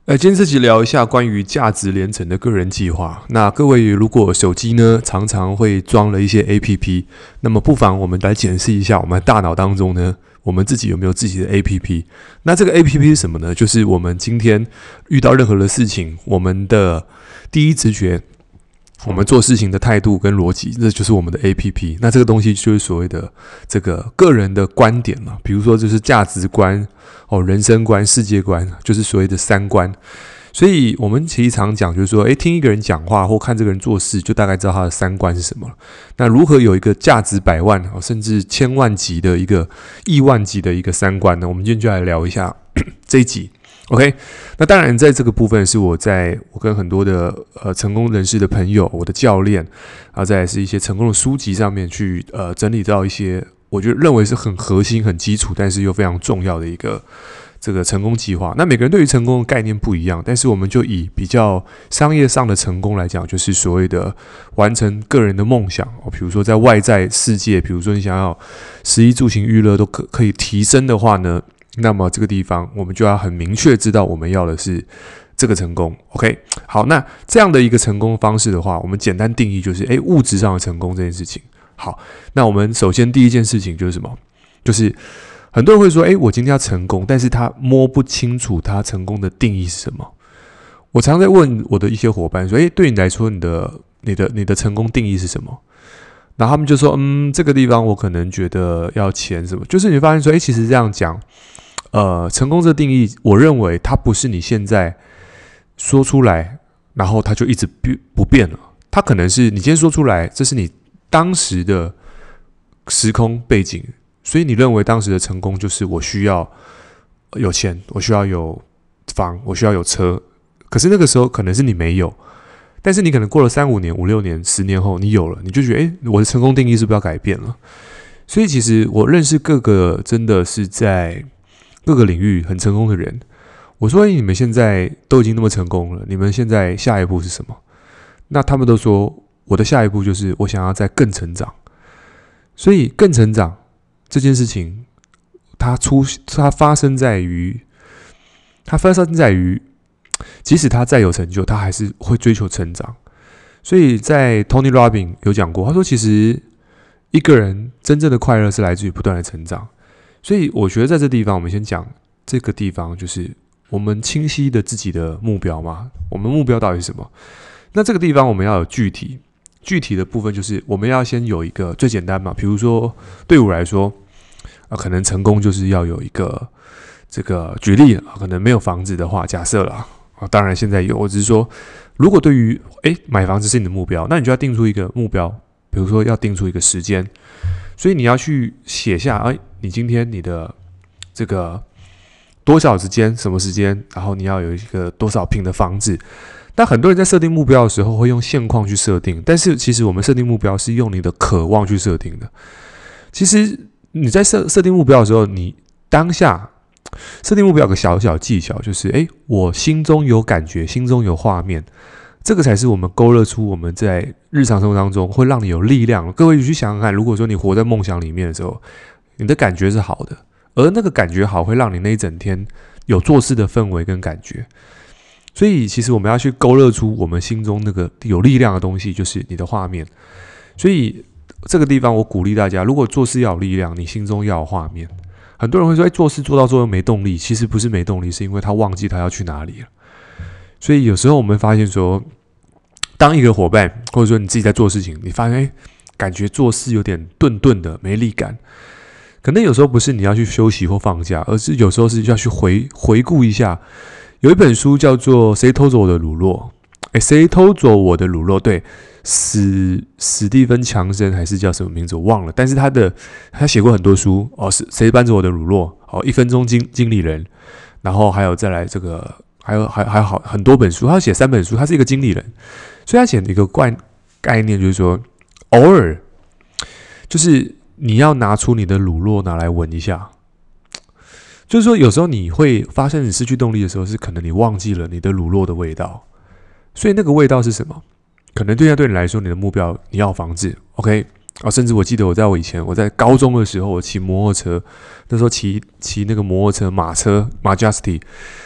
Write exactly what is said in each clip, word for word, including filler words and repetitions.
呃，今天这集聊一下关于价值连城的个人计划。那各位如果手机呢常常会装了一些 A P P， 那么不妨我们来检视一下我们大脑当中呢，我们自己有没有自己的 A P P。那这个 A P P 是什么呢？就是我们今天遇到任何的事情，我们的第一直觉，我们做事情的态度跟逻辑，这就是我们的 A P P。那这个东西就是所谓的这个个人的观点嘛，比如说就是价值观、哦人生观、世界观，就是所谓的三观。所以我们其实常讲，就是说，诶，听一个人讲话或看这个人做事，就大概知道他的三观是什么了。那如何有一个价值百万、哦、甚至千万级的一个亿万级的一个三观呢？我们今天就来聊一下这一集。OK， 那当然，在这个部分是我在我跟很多的呃成功人士的朋友、我的教练，啊，再来是一些成功的书籍上面去呃整理到一些我觉得认为是很核心、很基础，但是又非常重要的一个这个成功计划。那每个人对于成功的概念不一样，但是我们就以比较商业上的成功来讲，就是所谓的完成个人的梦想哦，比如说在外在世界，比如说你想要食衣住行娱乐都可可以提升的话呢，那么这个地方我们就要很明确知道我们要的是这个成功。 OK， 好，那这样的一个成功方式的话，我们简单定义就是诶物质上的成功这件事情。好，那我们首先第一件事情就是什么？就是很多人会说诶我今天要成功，但是他摸不清楚他成功的定义是什么。我常在问我的一些伙伴说，诶对你来说你的你的你的成功定义是什么？然后他们就说，嗯，这个地方我可能觉得要钱什么，就是你发现说，诶其实这样讲呃，成功这个定义，我认为它不是你现在说出来，然后它就一直不变了。它可能是你今天说出来，这是你当时的时空背景，所以你认为当时的成功就是我需要有钱，我需要有房，我需要有车。可是那个时候可能是你没有，但是你可能过了三五年、五六年、十年后，你有了，你就觉得，哎，我的成功定义是不是要改变了？所以其实我认识各个真的是在各个领域很成功的人，我说你们现在都已经那么成功了，你们现在下一步是什么？那他们都说我的下一步就是我想要再更成长。所以更成长这件事情，它出它发生在于，它发生在于，即使他再有成就，他还是会追求成长。所以在 Tony Robbins 有讲过，他说其实一个人真正的快乐是来自于不断的成长。所以我觉得在这地方，我们先讲这个地方，就是我们清晰的自己的目标嘛。我们目标到底是什么？那这个地方我们要有具体，具体的部分就是我们要先有一个最简单嘛。比如说对我来说，啊，可能成功就是要有一个这个举例啊，可能没有房子的话，假设啦啊，当然现在有，我只是说，如果对于诶买房子是你的目标，那你就要定出一个目标，比如说要定出一个时间。所以你要去写下，哎，你今天你的这个多少时间，什么时间，然后你要有一个多少坪的房子。但很多人在设定目标的时候会用现况去设定，但是其实我们设定目标是用你的渴望去设定的。其实你在设设定目标的时候，你当下设定目标有个小小技巧，就是哎，我心中有感觉，心中有画面。这个才是我们勾勒出我们在日常生活当中会让你有力量。各位去想想看，如果说你活在梦想里面的时候，你的感觉是好的，而那个感觉好会让你那一整天有做事的氛围跟感觉。所以其实我们要去勾勒出我们心中那个有力量的东西，就是你的画面。所以这个地方我鼓励大家，如果做事要有力量，你心中要有画面。很多人会说，哎，做事做到最后没动力，其实不是没动力，是因为他忘记他要去哪里了。所以有时候我们发现说，当一个伙伴或者说你自己在做事情，你发现哎，感觉做事有点顿顿的，没力感。可能有时候不是你要去休息或放假，而是有时候是要去回回顾一下。有一本书叫做《谁偷走我的乳酪》，哎，谁偷走我的乳酪？对，史史蒂芬·强森还是叫什么名字我忘了，但是他的他写过很多书哦，是谁搬走我的乳酪？哦，一分钟经经理人，然后还有再来这个。还有还还有好很多本书，他写三本书，他是一个经理人，所以他写的一个概概念就是说，偶尔就是你要拿出你的乳酪拿来闻一下，就是说有时候你会发现你失去动力的时候，是可能你忘记了你的乳酪的味道，所以那个味道是什么？可能对对你来说，你的目标你要房子 ，OK。哦，甚至我记得我在我以前我在高中的时候，我骑摩托车，那时候骑骑那个摩托车马车 Majesty。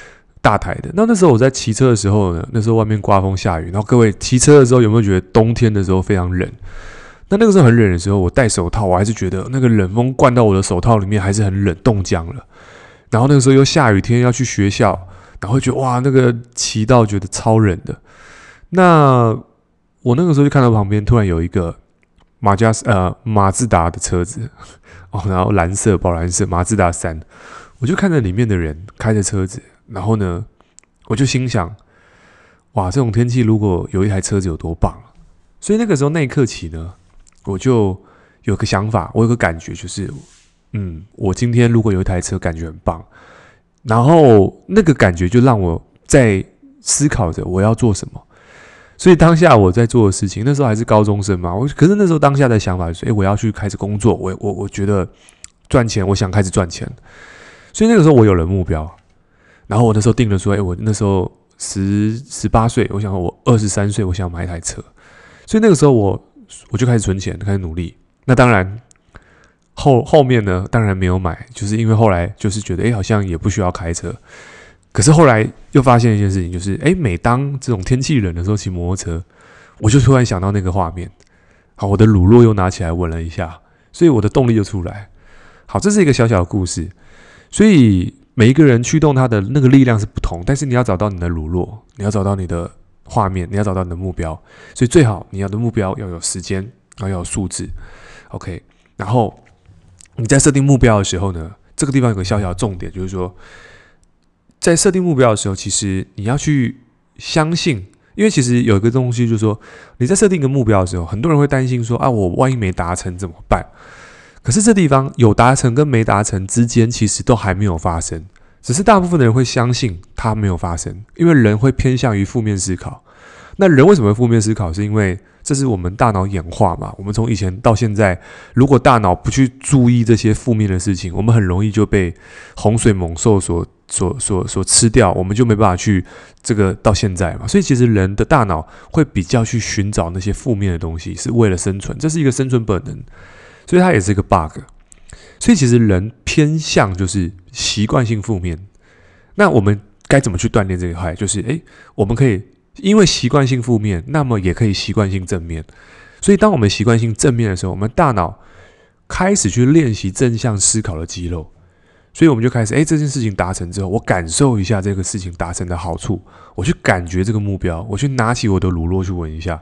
大台的。那那时候我在骑车的时候呢，那时候外面刮风下雨，然后各位骑车的时候有没有觉得冬天的时候非常冷？那那个时候很冷的时候，我戴手套，我还是觉得那个冷风灌到我的手套里面，还是很冷，冻僵了。然后那个时候又下雨天要去学校，然后觉得哇，那个骑到觉得超冷的。那我那个时候就看到旁边突然有一个马加呃马自达的车子哦，然后蓝色宝蓝色马自达三，我就看着里面的人开着车子，然后呢，我就心想，哇，这种天气如果有一台车子有多棒！所以那个时候那一刻起呢，我就有个想法，我有个感觉，就是嗯，我今天如果有一台车，感觉很棒，然后那个感觉就让我在思考着我要做什么。所以当下我在做的事情，那时候还是高中生嘛，我可是那时候当下的想法就是，哎，我要去开始工作，我我我觉得赚钱，我想开始赚钱。所以那个时候我有了目标，然后我那时候定了说，哎，我那时候十十八岁，我想我二十三岁，我想买一台车。所以那个时候我我就开始存钱，开始努力。那当然后后面呢，当然没有买，就是因为后来就是觉得，哎，好像也不需要开车。可是后来又发现一件事情，就是哎，每当这种天气冷的时候骑摩托车，我就突然想到那个画面，好，我的乳酪又拿起来闻了一下，所以我的动力就出来。好，这是一个小小的故事。所以每一个人驱动他的那个力量是不同，但是你要找到你的乳酪，你要找到你的画面，你要找到你的目标。所以最好你要的目标要有时间，然后要有数字 ，OK。然后你在设定目标的时候呢，这个地方有个小小的重点，就是说，在设定目标的时候，其实你要去相信，因为其实有一个东西就是说，你在设定一个目标的时候，很多人会担心说啊，我万一没达成怎么办？可是这地方有达成跟没达成之间，其实都还没有发生，只是大部分的人会相信它没有发生，因为人会偏向于负面思考。那人为什么会负面思考？是因为这是我们大脑演化嘛。我们从以前到现在，如果大脑不去注意这些负面的事情，我们很容易就被洪水猛兽所所所所吃掉，我们就没办法去这个到现在嘛。所以其实人的大脑会比较去寻找那些负面的东西，是为了生存，这是一个生存本能，所以它也是一个 bug。所以其实人偏向就是习惯性负面。那我们该怎么去锻炼这一块？就是诶，我们可以因为习惯性负面，那么也可以习惯性正面。所以当我们习惯性正面的时候，我们大脑开始去练习正向思考的肌肉。所以我们就开始，哎，这件事情达成之后，我感受一下这个事情达成的好处，我去感觉这个目标，我去拿起我的乳酪去闻一下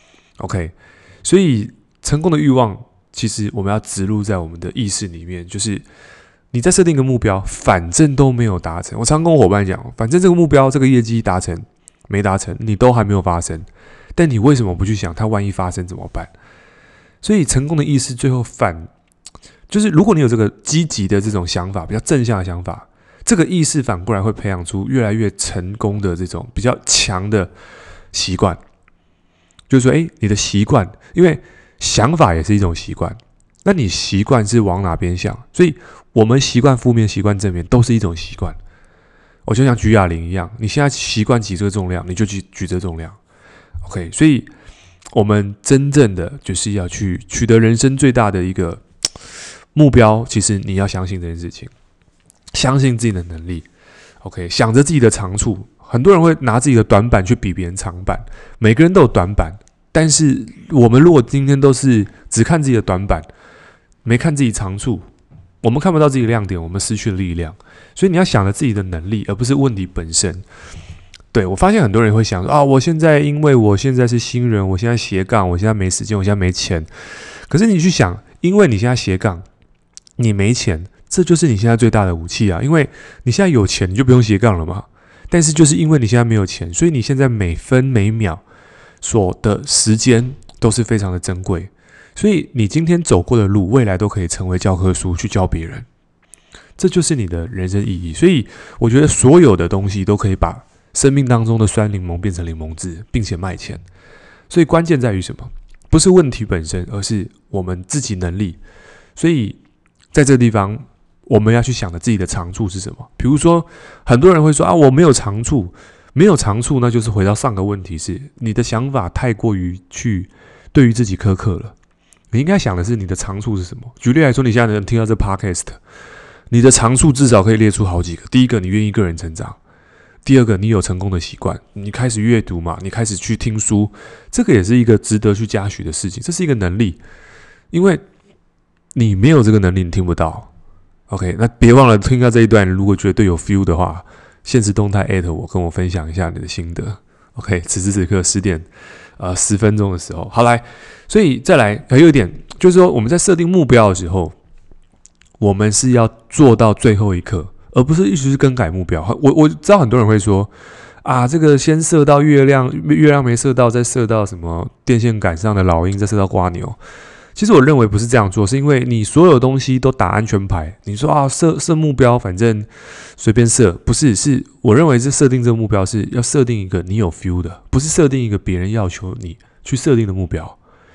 ，OK。所以成功的欲望，其实我们要植入在我们的意识里面，就是你在设定一个目标，反正都没有达成。我常跟我伙伴讲，反正这个目标、这个业绩达成没达成，你都还没有发生，但你为什么不去想，它万一发生怎么办？所以成功的意识最后反。就是如果你有这个积极的这种想法，比较正向的想法，这个意识反过来会培养出越来越成功的这种比较强的习惯。就是说，哎，你的习惯，因为想法也是一种习惯，那你习惯是往哪边想？所以我们习惯负面、习惯正面，都是一种习惯。我就像举哑铃一样，你现在习惯举这个重量，你就举举这重量。OK， 所以我们真正的就是要去取得人生最大的一个目标，其实你要相信这件事情，相信自己的能力 ，OK， 想着自己的长处。很多人会拿自己的短板去比别人长板，每个人都有短板，但是我们如果今天都是只看自己的短板，没看自己长处，我们看不到自己的亮点，我们失去了力量。所以你要想着自己的能力，而不是问题本身。对，我发现很多人会想说啊，我现在因为我现在是新人，我现在斜杠，我现在没时间，我现在没钱。可是你去想，因为你现在斜杠，你没钱，这就是你现在最大的武器啊！因为你现在有钱，你就不用斜杠了嘛。但是就是因为你现在没有钱，所以你现在每分每秒所的时间都是非常的珍贵。所以你今天走过的路，未来都可以成为教科书去教别人。这就是你的人生意义。所以我觉得所有的东西都可以把生命当中的酸柠檬变成柠檬汁，并且卖钱。所以关键在于什么？不是问题本身，而是我们自己能力。所以在这个地方，我们要去想的自己的长处是什么。比如说，很多人会说啊，我没有长处，没有长处，那就是回到上个问题是，你的想法太过于去对于自己苛刻了。你应该想的是你的长处是什么。举例来说，你现在能听到这 podcast， 你的长处至少可以列出好几个。第一个，你愿意个人成长， 第二个，你有成功的习惯，你开始阅读嘛，你开始去听书，这个也是一个值得去嘉许的事情，这是一个能力，因为你没有这个能力，你听不到。OK， 那别忘了听到这一段，如果绝对有 feel 的话，限时动态 at 我，跟我分享一下你的心得。OK， 此时此刻十点呃十分钟的时候，好来，所以再来还有一点，就是说我们在设定目标的时候，我们是要做到最后一刻。而不是一直是更改目标。我我知道很多人会说啊，这个先射到月亮，月亮没射到，再射到什么电线杆上的老鹰，再射到瓜牛。其实我认为不是这样做，是因为你所有东西都打安全牌。你说啊，设设目标，反正随便设，不是？是我认为是设定这个目标是要设定一个你有 feel 的，不是设定一个别人要求你去设定的目标。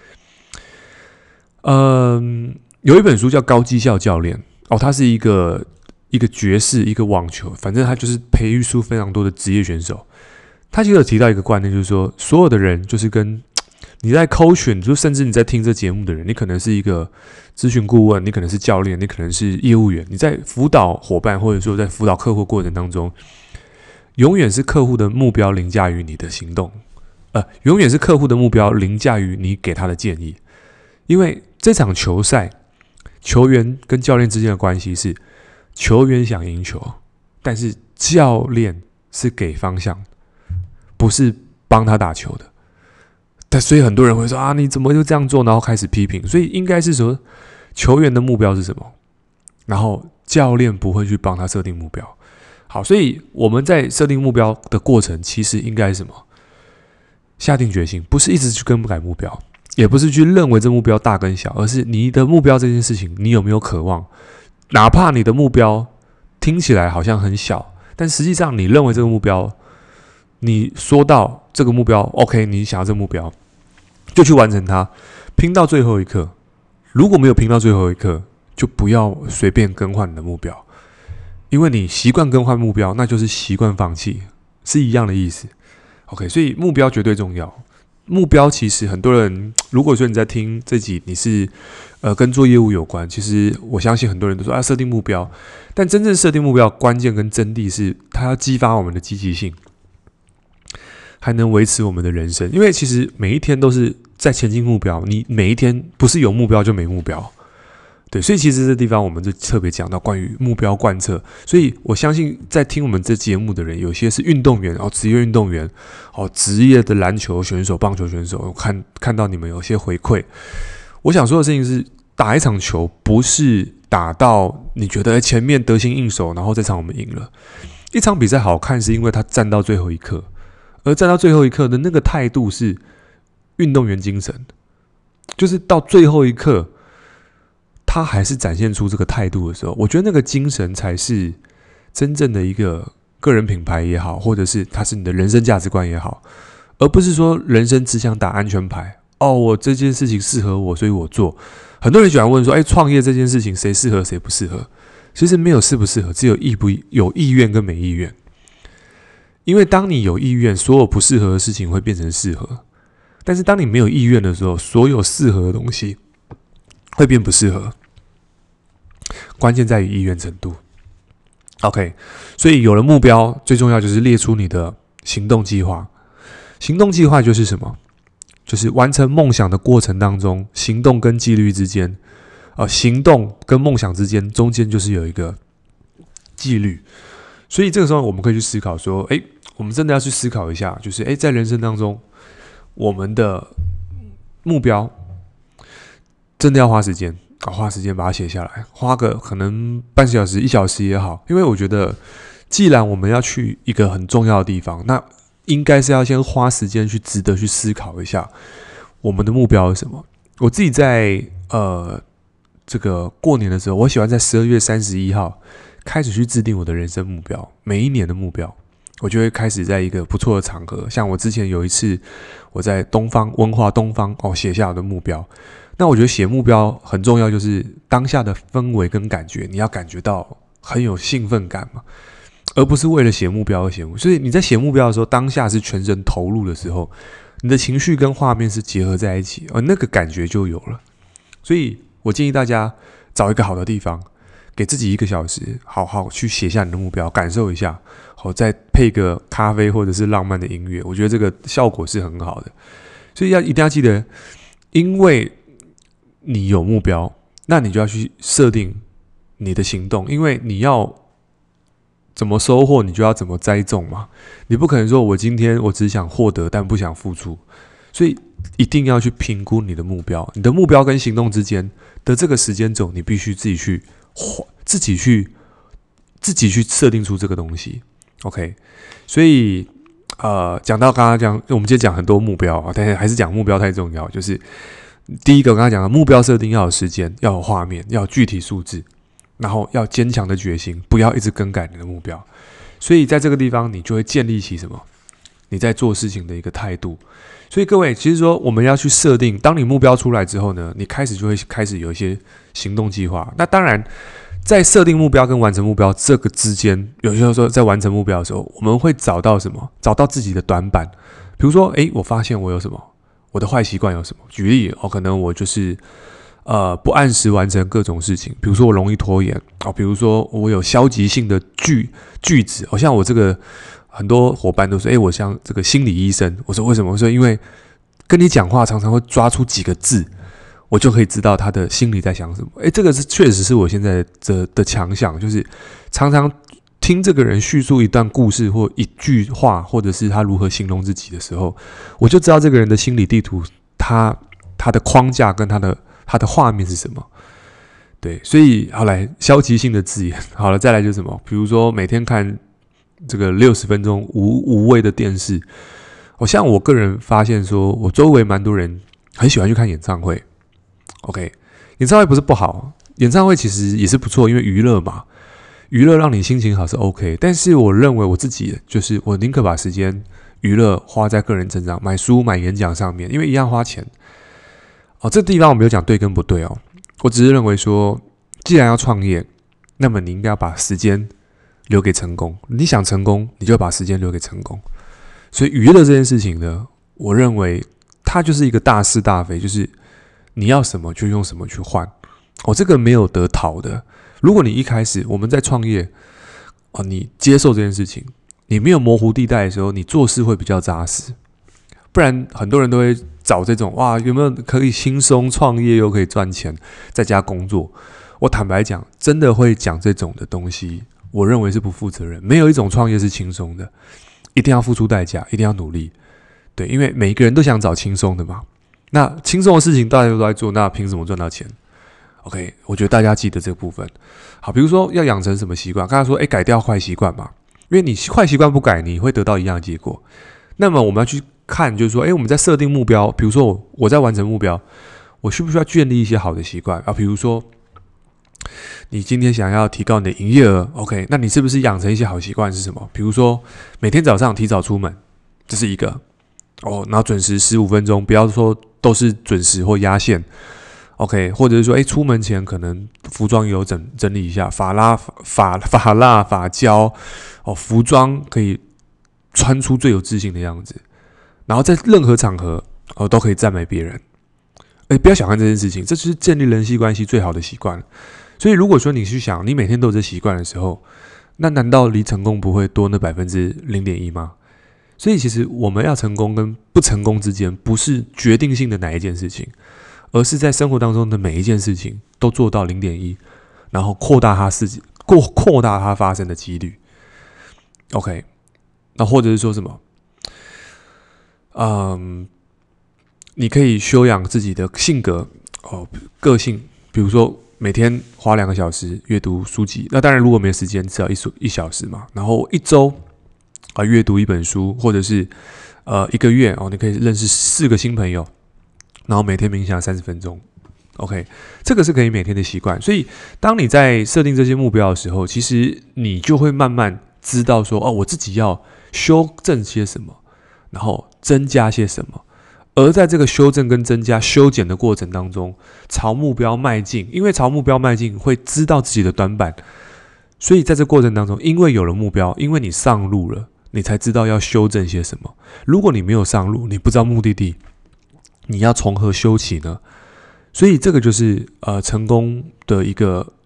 嗯，有一本书叫《高绩效教练》哦，它是一个。一个爵士，一个网球，反正他就是培育出非常多的职业选手。他其实有提到一个观念，就是说，所有的人就是跟你在coaching，就甚至你在听这节目的人，你可能是一个咨询顾问，你可能是教练，你可能是业务员，你在辅导伙伴或者说在辅导客户过程当中，永远是客户的目标凌驾于你的行动，呃，永远是客户的目标凌驾于你给他的建议。因为这场球赛，球员跟教练之间的关系是。球员想赢球，但是教练是给方向，不是帮他打球的。但所以很多人会说啊，你怎么就这样做？然后开始批评。所以应该是说，球员的目标是什么？然后教练不会去帮他设定目标。好，所以我们在设定目标的过程，其实应该是什么？下定决心，不是一直去更改目标，也不是去认为这目标大跟小，而是你的目标这件事情，你有没有渴望？哪怕你的目标听起来好像很小，但实际上你认为这个目标，你说到这个目标 OK， 你想要这个目标就去完成它，拼到最后一刻。如果没有拼到最后一刻，就不要随便更换你的目标，因为你习惯更换目标，那就是习惯放弃，是一样的意思。 OK， 所以目标绝对重要。目标其实很多人，如果说你在听这集，你是呃跟做业务有关，其实我相信很多人都说啊设定目标，但真正设定目标关键跟真谛是它要激发我们的积极性，还能维持我们的人生。因为其实每一天都是在前进目标，你每一天不是有目标就没目标。对，所以其实这地方我们就特别讲到关于目标贯彻，所以我相信在听我们这节目的人，有些是运动员哦，职业运动员哦，职业的篮球选手、棒球选手，我看看到你们有些回馈。我想说的事情是，打一场球不是打到你觉得前面得心应手，然后这场我们赢了。一场比赛好看是因为他站到最后一刻，而站到最后一刻的那个态度是运动员精神，就是到最后一刻。他还是展现出这个态度的时候，我觉得那个精神才是真正的一个个人品牌也好，或者是它是你的人生价值观也好，而不是说人生只想打安全牌。哦，我这件事情适合我，所以我做。很多人喜欢问说，哎，创业这件事情谁适合谁不适合？其实没有适不适合，只有意不有意愿跟没意愿。因为当你有意愿，所有不适合的事情会变成适合；但是当你没有意愿的时候，所有适合的东西会变不适合。关键在于意愿程度。OK， 所以有了目标，最重要就是列出你的行动计划。行动计划就是什么？就是完成梦想的过程当中，行动跟纪律之间，呃，行动跟梦想之间中间就是有一个纪律。所以这个时候我们可以去思考说，哎，我们真的要去思考一下，就是哎，在人生当中，我们的目标真的要花时间。花时间把它写下来，花个可能半小时、一小时也好，因为我觉得，既然我们要去一个很重要的地方，那应该是要先花时间去值得去思考一下我们的目标是什么。我自己在呃这个过年的时候，我喜欢在十二月三十一号开始去制定我的人生目标，每一年的目标，我就会开始在一个不错的场合，像我之前有一次我在东方文化东方哦写下我的目标。那我觉得写目标很重要，就是当下的氛围跟感觉，你要感觉到很有兴奋感嘛，而不是为了写目标而写目标。所以你在写目标的时候，当下是全身投入的时候，你的情绪跟画面是结合在一起，而那个感觉就有了。所以我建议大家找一个好的地方， 给自己一个小时，好好去写下你的目标，感受一下，好，再配个咖啡或者是浪漫的音乐，我觉得这个效果是很好的。所以要一定要记得，因为你有目标，那你就要去设定你的行动，因为你要怎么收获，你就要怎么栽种嘛。你不可能说我今天我只想获得，但不想付出，所以一定要去评估你的目标，你的目标跟行动之间的这个时间轴，你必须自己去自己去自己去设定出这个东西。OK， 所以呃，讲到刚刚讲，我们今天讲很多目标啊，但是还是讲目标太重要。就是第一个，刚刚讲的目标设定要有时间，要有画面，要有具体数字，然后要坚强的决心，不要一直更改你的目标。所以在这个地方，你就会建立起什么？你在做事情的一个态度。所以各位，其实说我们要去设定，当你目标出来之后呢，你开始就会开始有一些行动计划。那当然，在设定目标跟完成目标这个之间，有些时候在完成目标的时候，我们会找到什么？找到自己的短板。比如说，诶，我发现我有什么？我的坏习惯有什么？举例，哦，可能我就是呃不按时完成各种事情，比如说我容易拖延哦，比如说我有消极性的句句子，好、哦、像我这个。很多伙伴都说：“哎，我像这个心理医生。”我说：“为什么？”我说：“因为跟你讲话常常会抓出几个字，我就可以知道他的心里在想什么。”哎，这个是确实是我现在的的强项，就是常常听这个人叙述一段故事或一句话，或者是他如何形容自己的时候，我就知道这个人的心理地图，他他的框架跟他的他的画面是什么。对，所以好来消极性的字眼，好了，再来就是什么？比如说每天看。这个六十分钟无无谓的电视，我像我个人发现说，我周围蛮多人很喜欢去看演唱会。OK， 演唱会不是不好，演唱会其实也是不错，因为娱乐嘛，娱乐让你心情好是 OK。但是我认为我自己就是我宁可把时间娱乐花在个人成长、买书、买演讲上面，因为一样花钱。哦，这个地方我没有讲对跟不对哦，我只是认为说，既然要创业，那么你应该要把时间。留给成功，你想成功，你就把时间留给成功。所以娱乐这件事情呢，我认为它就是一个大是大非，就是你要什么就用什么去换。哦，这个没有得讨的。如果你一开始我们在创业，哦，你接受这件事情，你没有模糊地带的时候，你做事会比较扎实。不然很多人都会找这种哇，有没有可以轻松创业又可以赚钱，在家工作？我坦白讲，真的会讲这种的东西。我认为是不负责任，没有一种创业是轻松的，一定要付出代价，一定要努力。对，因为每一个人都想找轻松的嘛。那轻松的事情大家都在做，那凭什么赚到钱 ？OK， 我觉得大家记得这个部分。好，比如说要养成什么习惯，刚才说，哎，改掉坏习惯嘛，因为你坏习惯不改，你会得到一样的结果。那么我们要去看，就是说，哎，我们在设定目标，比如说我我在完成目标，我需不需要建立一些好的习惯啊？比如说。你今天想要提高你的营业额 ，OK？ 那你是不是养成一些好习惯是什么？比如说每天早上提早出门，这是一个哦，然后准时十五分钟，不要说都是准时或压线 ，OK？ 或者是说，哎，出门前可能服装有整整理一下，发蜡、发发蜡、发胶哦，服装可以穿出最有自信的样子，然后在任何场合哦都可以赞美别人。哎，不要小看这件事情，这就是建立人际关系最好的习惯。所以，如果说你去想，你每天都有这习惯的时候，那难道离成功不会多那百分之零点一吗？所以，其实我们要成功跟不成功之间，不是决定性的哪一件事情，而是在生活当中的每一件事情都做到零点一，然后扩大它自己扩扩大它发生的几率。OK， 那或者是说什么？嗯，你可以修养自己的性格哦，个性，比如说。每天花两个小时阅读书籍，那当然如果没时间，至少一一小时嘛。然后一周啊阅读一本书，或者是呃一个月哦，你可以认识四个新朋友，然后每天冥想三十分钟。OK， 这个是可以每天的习惯。所以当你在设定这些目标的时候，其实你就会慢慢知道说，哦，我自己要修正些什么，然后增加些什么。而在这个修正跟增加、修剪的过程当中，朝目标迈进，因为朝目标迈进会知道自己的短板，所以在这过程当中，因为有了目标，因为你上路了，你才知道要修正些什么。如果你没有上路，你不知道目的地，你要从何修起呢？所以这个就是呃成功的一个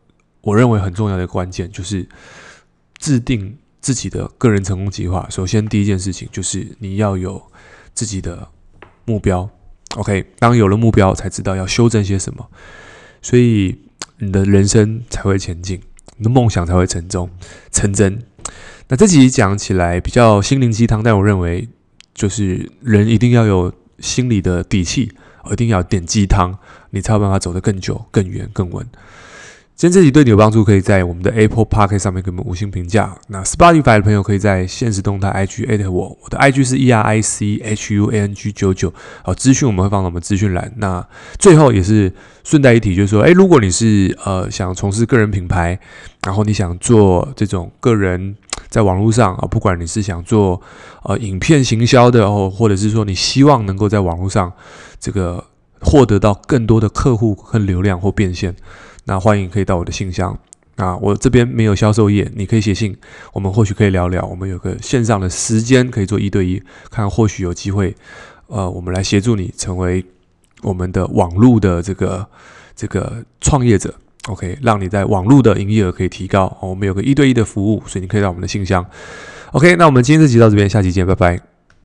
我认为很重要的关键就是制定自己的个人成功计划。首先第一件事情就是你要有自己的目标 OK， 当有了目标才知道要修正些什么，所以你的人生才会前进，你的梦想才会成真成真。那这集讲起来比较心灵鸡汤，但我认为就是人一定要有心理的底气，一定要点鸡汤，你才有办法走得更久更远更稳。今天这集对你有帮助，可以在我们的 Apple Podcast 上面给我们五星评价。那 Spotify 的朋友可以在限时动态 I G at 我，我的 I G 是 E R I C H U A N G 九九。好，资讯我们会放到我们资讯栏。那最后也是顺带一提，就是说，哎，如果你是呃想从事个人品牌，然后你想做这种个人在网络上啊，不管你是想做呃影片行销的，哦，或者是说你希望能够在网络上这个获得到更多的客户和流量或变现。那欢迎可以到我的信箱，那我这边没有销售业，你可以写信，我们或许可以聊聊，我们有个线上的时间可以做一对一，看或许有机会，呃，我们来协助你成为我们的网络的这个这个创业者 ，OK， 让你在网络的营业额可以提高，我们有个一对一的服务，所以你可以到我们的信箱 ，OK， 那我们今天这集到这边，下期见，拜拜。